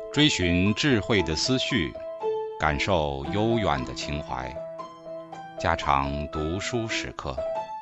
追寻智慧的思绪，感受悠远的情怀。家常读书时刻。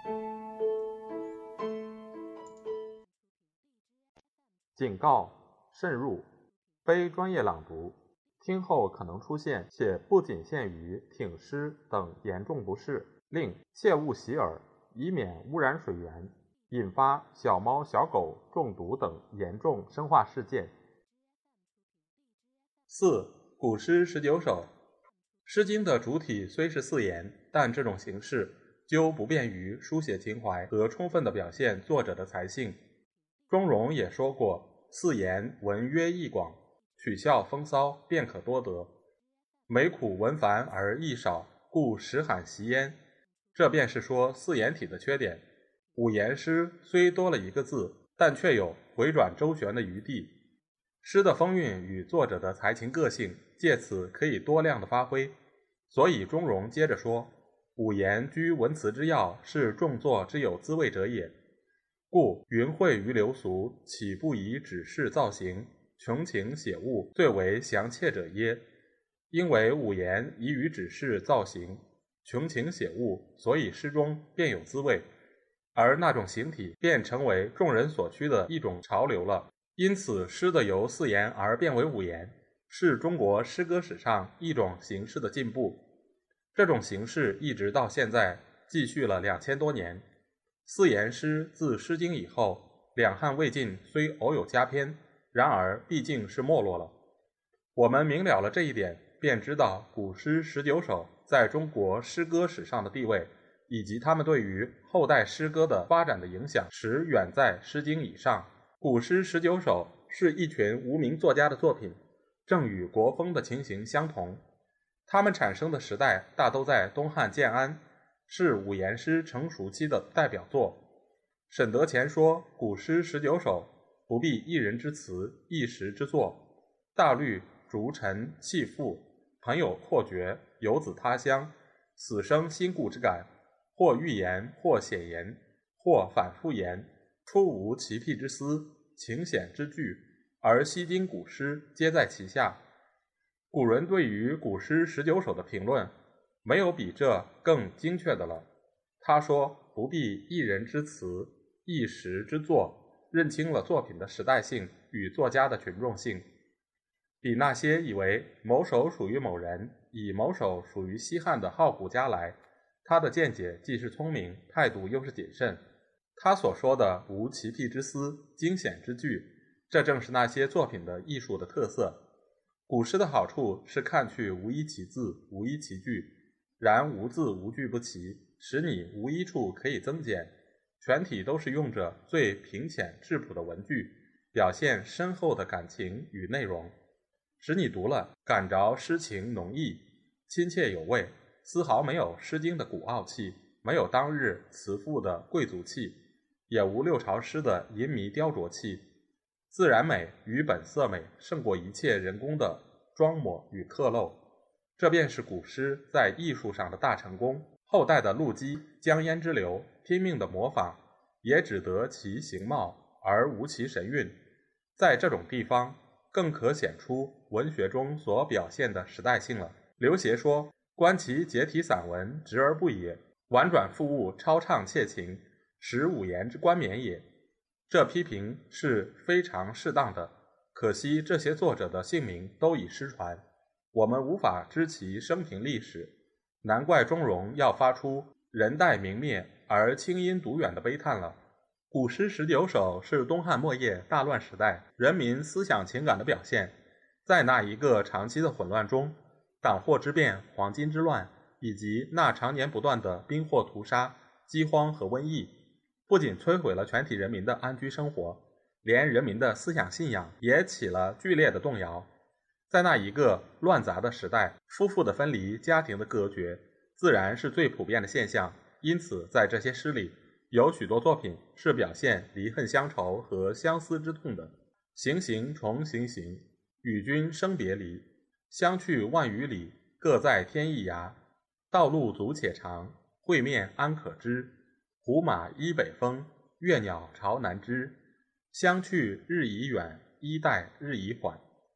警告：慎入，非专业朗读，听后可能出现且不仅限于挺尸等严重不适，另切勿洗耳，以免污染水源，引发小猫小狗中毒等严重生化事件。4. 古诗19首。诗经的主体虽是四言，但这种形式究不便于书写情怀和充分地表现作者的才性。钟嵘也说过，四言文约意广，取笑风骚，便可多得。每苦文繁而意少，故时罕习焉。这便是说四言体的缺点。五言诗虽多了一个字，但却有回转周旋的余地。诗的风韵与作者的才情个性借此可以多量的发挥，所以钟嵘接着说，五言居文辞之要，是众作之有滋味者也。故云蕙于流俗，岂不以指示造型，穷情写物，最为详切者耶？因为五言宜于指示造型，穷情写物，所以诗中便有滋味，而那种形体便成为众人所趋的一种潮流了。因此诗的由四言而变为五言，是中国诗歌史上一种形式的进步。这种形式一直到现在继续了2000多年。四言诗自《诗经》以后，两汉魏晋虽偶有佳篇，然而毕竟是没落了。我们明了了这一点，便知道古诗19首在中国诗歌史上的地位，以及他们对于后代诗歌的发展的影响，实远在《诗经》以上。古诗19首是一群无名作家的作品，正与国风的情形相同。他们产生的时代大都在东汉建安，是五言诗成熟期的代表作。沈德潜说，古诗19首不必一人之词，一时之作，大律逐陈弃赋，朋友阔绝，游子他乡，死生新故之感，或寓言，或写言，或反复言，出无奇僻之思，情显之句，而西经古诗皆在其下。古人对于古诗19首的评论，没有比这更精确的了。他说，不必一人之词，一时之作，认清了作品的时代性与作家的群众性。比那些以为某首属于某人，以某首属于西汉的好古家来，他的见解既是聪明，态度又是谨慎。他所说的无奇僻之思，惊险之句，这正是那些作品的艺术的特色。古诗的好处是看去无一其字，无一其句，然无字无句不齐，使你无一处可以增减，全体都是用着最平浅质朴的文句，表现深厚的感情与内容，使你读了感着诗情浓意，亲切有味，丝毫没有《诗经》的古傲气，没有当日词赋的贵族气，也无六朝诗的淫靡雕琢气。自然美与本色美胜过一切人工的装抹与刻镂，这便是古诗在艺术上的大成功。后代的陆机、江淹之流拼命的模仿，也只得其形貌而无其神韵。在这种地方更可显出文学中所表现的时代性了。刘勰说，观其解体散文，直而不也，婉转复兀，超畅切情，实五言之冠冕也。这批评是非常适当的，可惜这些作者的姓名都已失传，我们无法知其生平历史，难怪钟嵘要发出人待明灭而清音独远的悲叹了。古诗19首是东汉末叶大乱时代人民思想情感的表现，在那一个长期的混乱中，党祸之变、黄巾之乱，以及那常年不断的兵祸屠杀、饥荒和瘟疫，不仅摧毁了全体人民的安居生活，连人民的思想信仰也起了剧烈的动摇。在那一个乱杂的时代，夫妇的分离、家庭的隔绝，自然是最普遍的现象。因此在这些诗里，有许多作品是表现离恨乡愁和相思之痛的。行行重行行，与君生别离，相去万余里，各在天一涯。道路阻且长，会面安可知？胡马依北风，越鸟朝南枝。相去日已远，衣带日已缓。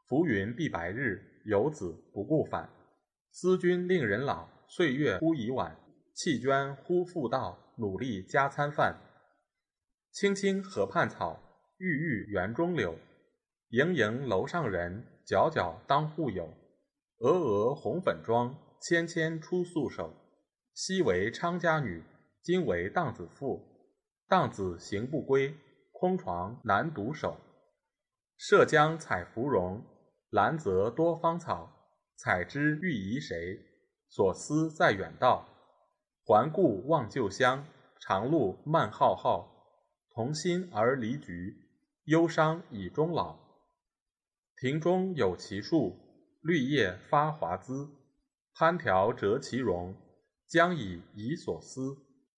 浮云蔽白日，游子不顾返。思君令人老，岁月忽已晚。弃捐忽复到，努力加餐饭。青青河畔草，郁郁园中柳。盈盈楼上人，皎皎当户友。娥娥红粉妆，芊芊出素手。昔为昌家女，今为荡子妇。荡子行不归，空床难独守。涉江采芙蓉，兰泽多芳草。采之欲疑谁？所思在远道。环顾望旧乡，长路漫浩浩。同心而离菊，忧伤已终老。庭中有奇树，绿叶发华滋。攀条折其容，将以遗所思。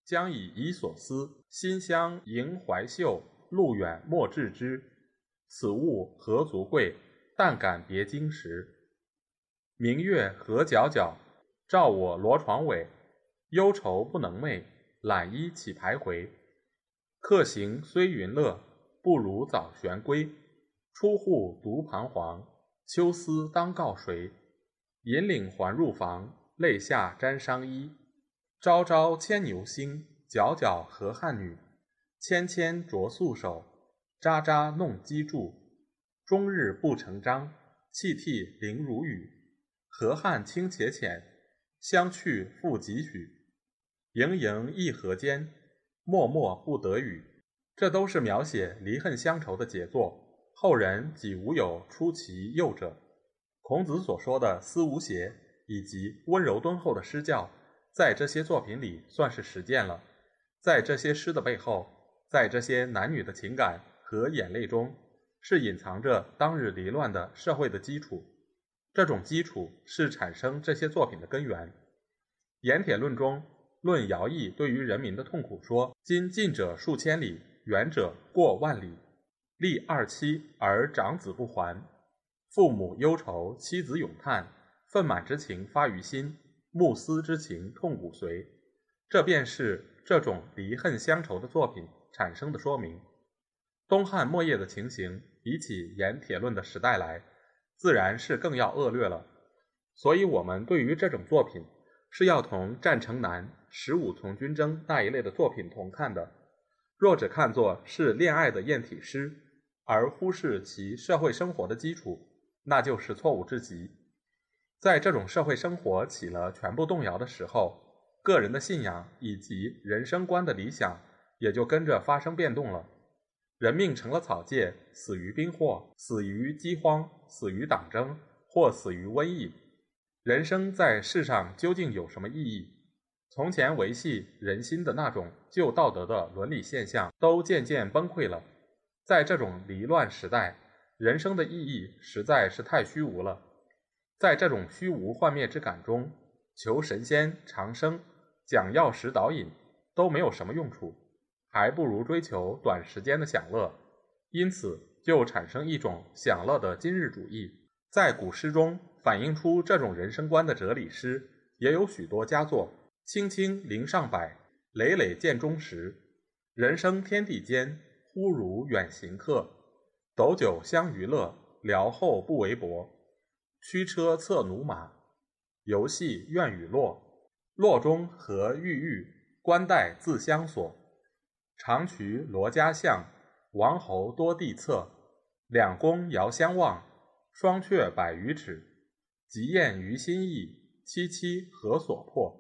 馨香萦怀袖，路远莫致之。此物何足贵，但感别经时。明月何皎皎，照我罗床尾。忧愁不能寐，懒衣起徘徊。客行虽云乐，不如早旋归。出户独彷徨，秋思当告谁？引领还入房，泪下沾裳衣。朝朝牵牛星，皎皎河汉女。芊芊着素手，札札弄机杼。终日不成章，泣涕零如雨。河汉清且浅，相去复几许。盈盈一河间，脉脉不得语。这都是描写离恨乡愁的杰作，后人几无有出其右者。孔子所说的思无邪以及温柔敦厚的诗教，在这些作品里算是实践了。在这些诗的背后，在这些男女的情感和眼泪中，是隐藏着当日离乱的社会的基础。这种基础是产生这些作品的根源。盐铁论中论徭役对于人民的痛苦说：今近者数千里，远者过万里。历二妻而长子不还，父母忧愁，妻子咏叹，愤满之情发于心，慕思之情痛骨髓。这便是这种离恨乡愁的作品产生的说明。东汉末叶的情形比起盐铁论的时代来，自然是更要恶劣了。所以我们对于这种作品是要同战城南、15从军征那一类的作品同看的。若只看作是恋爱的艳体诗，而忽视其社会生活的基础，那就是错误至极。在这种社会生活起了全部动摇的时候，个人的信仰以及人生观的理想也就跟着发生变动了。人命成了草芥，死于兵祸，死于饥荒，死于党争，或死于瘟疫。人生在世上究竟有什么意义？从前维系人心的那种旧道德的伦理现象都渐渐崩溃了。在这种离乱时代，人生的意义实在是太虚无了。在这种虚无幻灭之感中，求神仙长生、讲药食导引都没有什么用处，还不如追求短时间的享乐。因此就产生一种享乐的今日主义。在古诗中反映出这种人生观的哲理诗也有许多佳作。青青陵上柏，累累涧中石。人生天地间，忽如远行客。斗酒相娱乐，聊后不为薄。驱车策驽马，游戏愿与洛。洛中和郁郁，冠带自相锁。长渠罗家巷，王侯多地侧。两宫遥相望，双阙百余尺。极艳于心意，萋萋何所迫。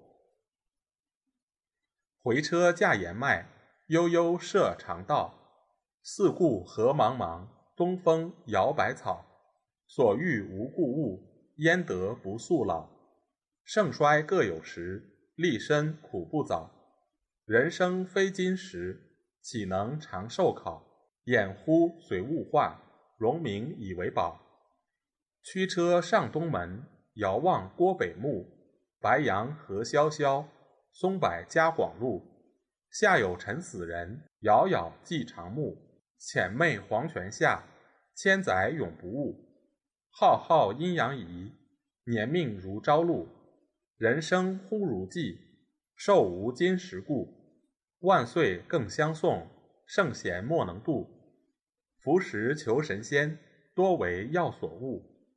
回车驾盐麦，悠悠涉长道。四顾何茫茫，东风摇百草。所欲无故物，焉得不速老。盛衰各有时，立身苦不早。人生非金石，岂能长寿考？掩乎随物化，荣名以为宝。驱车上东门，遥望郭北墓。白杨何萧萧，松柏夹广路。下有陈死人，杳杳寄长木。浅媚黄泉下，千载永不误。浩浩阴阳仪，年命如朝露。人生忽如寄，寿无金石故。万岁更相送，圣贤莫能度。服食求神仙，多为药所误。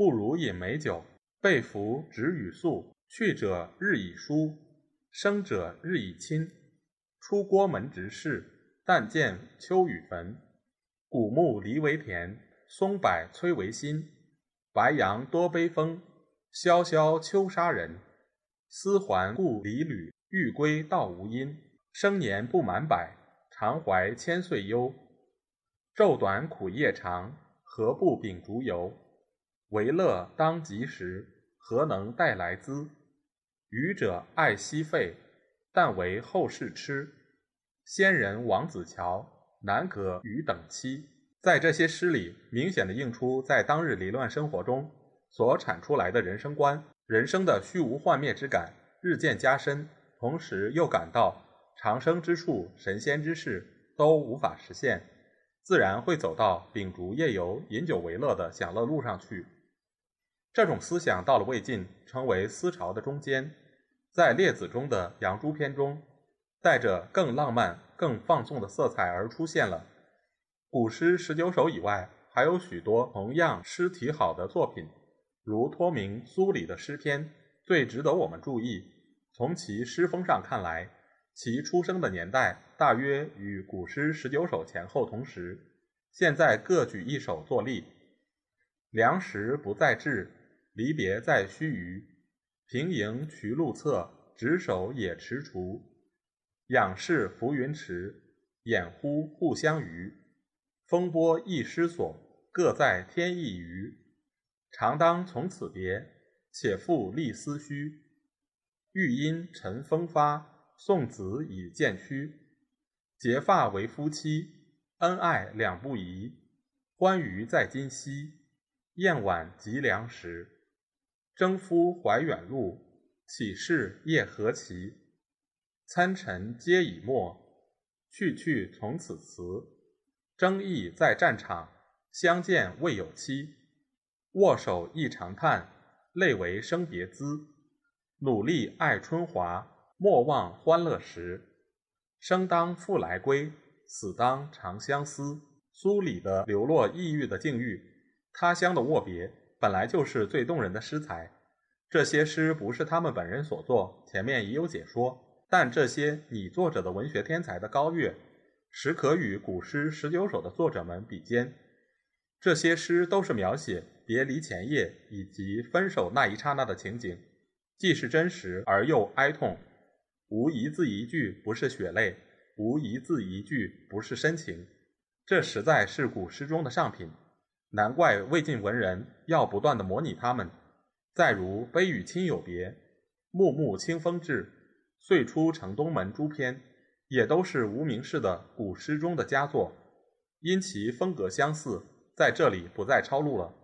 不如饮美酒。被服止语速，去者日以疏，生者日以亲。出郭门直视，但见秋雨坟。古木离为田，松柏摧为新。白杨多悲风，萧萧秋杀人。思还故里旅，欲归道无因。生年不满百，常怀千岁忧。昼短苦夜长，何不秉烛游？为乐当及时，何能待来资？愚者爱惜费，但为后世吃。仙人王子乔，难隔与等期。在这些诗里，明显地映出在当日离乱生活中所产出来的人生观，人生的虚无幻灭之感日渐加深，同时又感到长生之处、神仙之事都无法实现，自然会走到秉烛夜游、饮酒为乐的享乐路上去。这种思想到了魏晋，成为思潮的中间。在列子中的《杨朱篇》中，带着更浪漫、更放纵的色彩而出现了。古诗19首以外，还有许多同样诗体好的作品，如托名苏礼的诗篇最值得我们注意。从其诗风上看来，其出生的年代大约与古诗19首前后同时，现在各举一首作例。粮食不在至，离别在须臾。平营渠路侧，执手也踟蹰。仰视浮云池，掩乎互相娱。风波一失所，各在天一隅。常当从此别，且复立思绪。欲因晨风发，送子以渐虚。结发为夫妻，恩爱两不疑。欢娱在今夕，宴晚及良时。征夫怀远路，岂是夜何其。参陈皆已没，去去从此辞。争议在战场，相见未有期。握手一长叹，泪为生别滋。努力爱春华，莫忘欢乐时。生当复来归，死当长相思。苏礼的流落异域的境遇，他乡的握别，本来就是最动人的诗才。这些诗不是他们本人所作，前面已有解说，但这些拟作者的文学天才的高跃，实可与古诗19首的作者们比肩。这些诗都是描写别离前夜以及分手那一刹那的情景，既是真实而又哀痛，无一字一句不是血泪，无一字一句不是深情。这实在是古诗中的上品，难怪魏晋文人要不断地模拟他们。再如悲与亲有别，暮暮清风至，岁出城东门诸篇，也都是无名氏的古诗中的佳作，因其风格相似，在这里不再抄录了。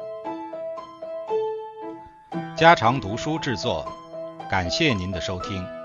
家常读书制作，感谢您的收听。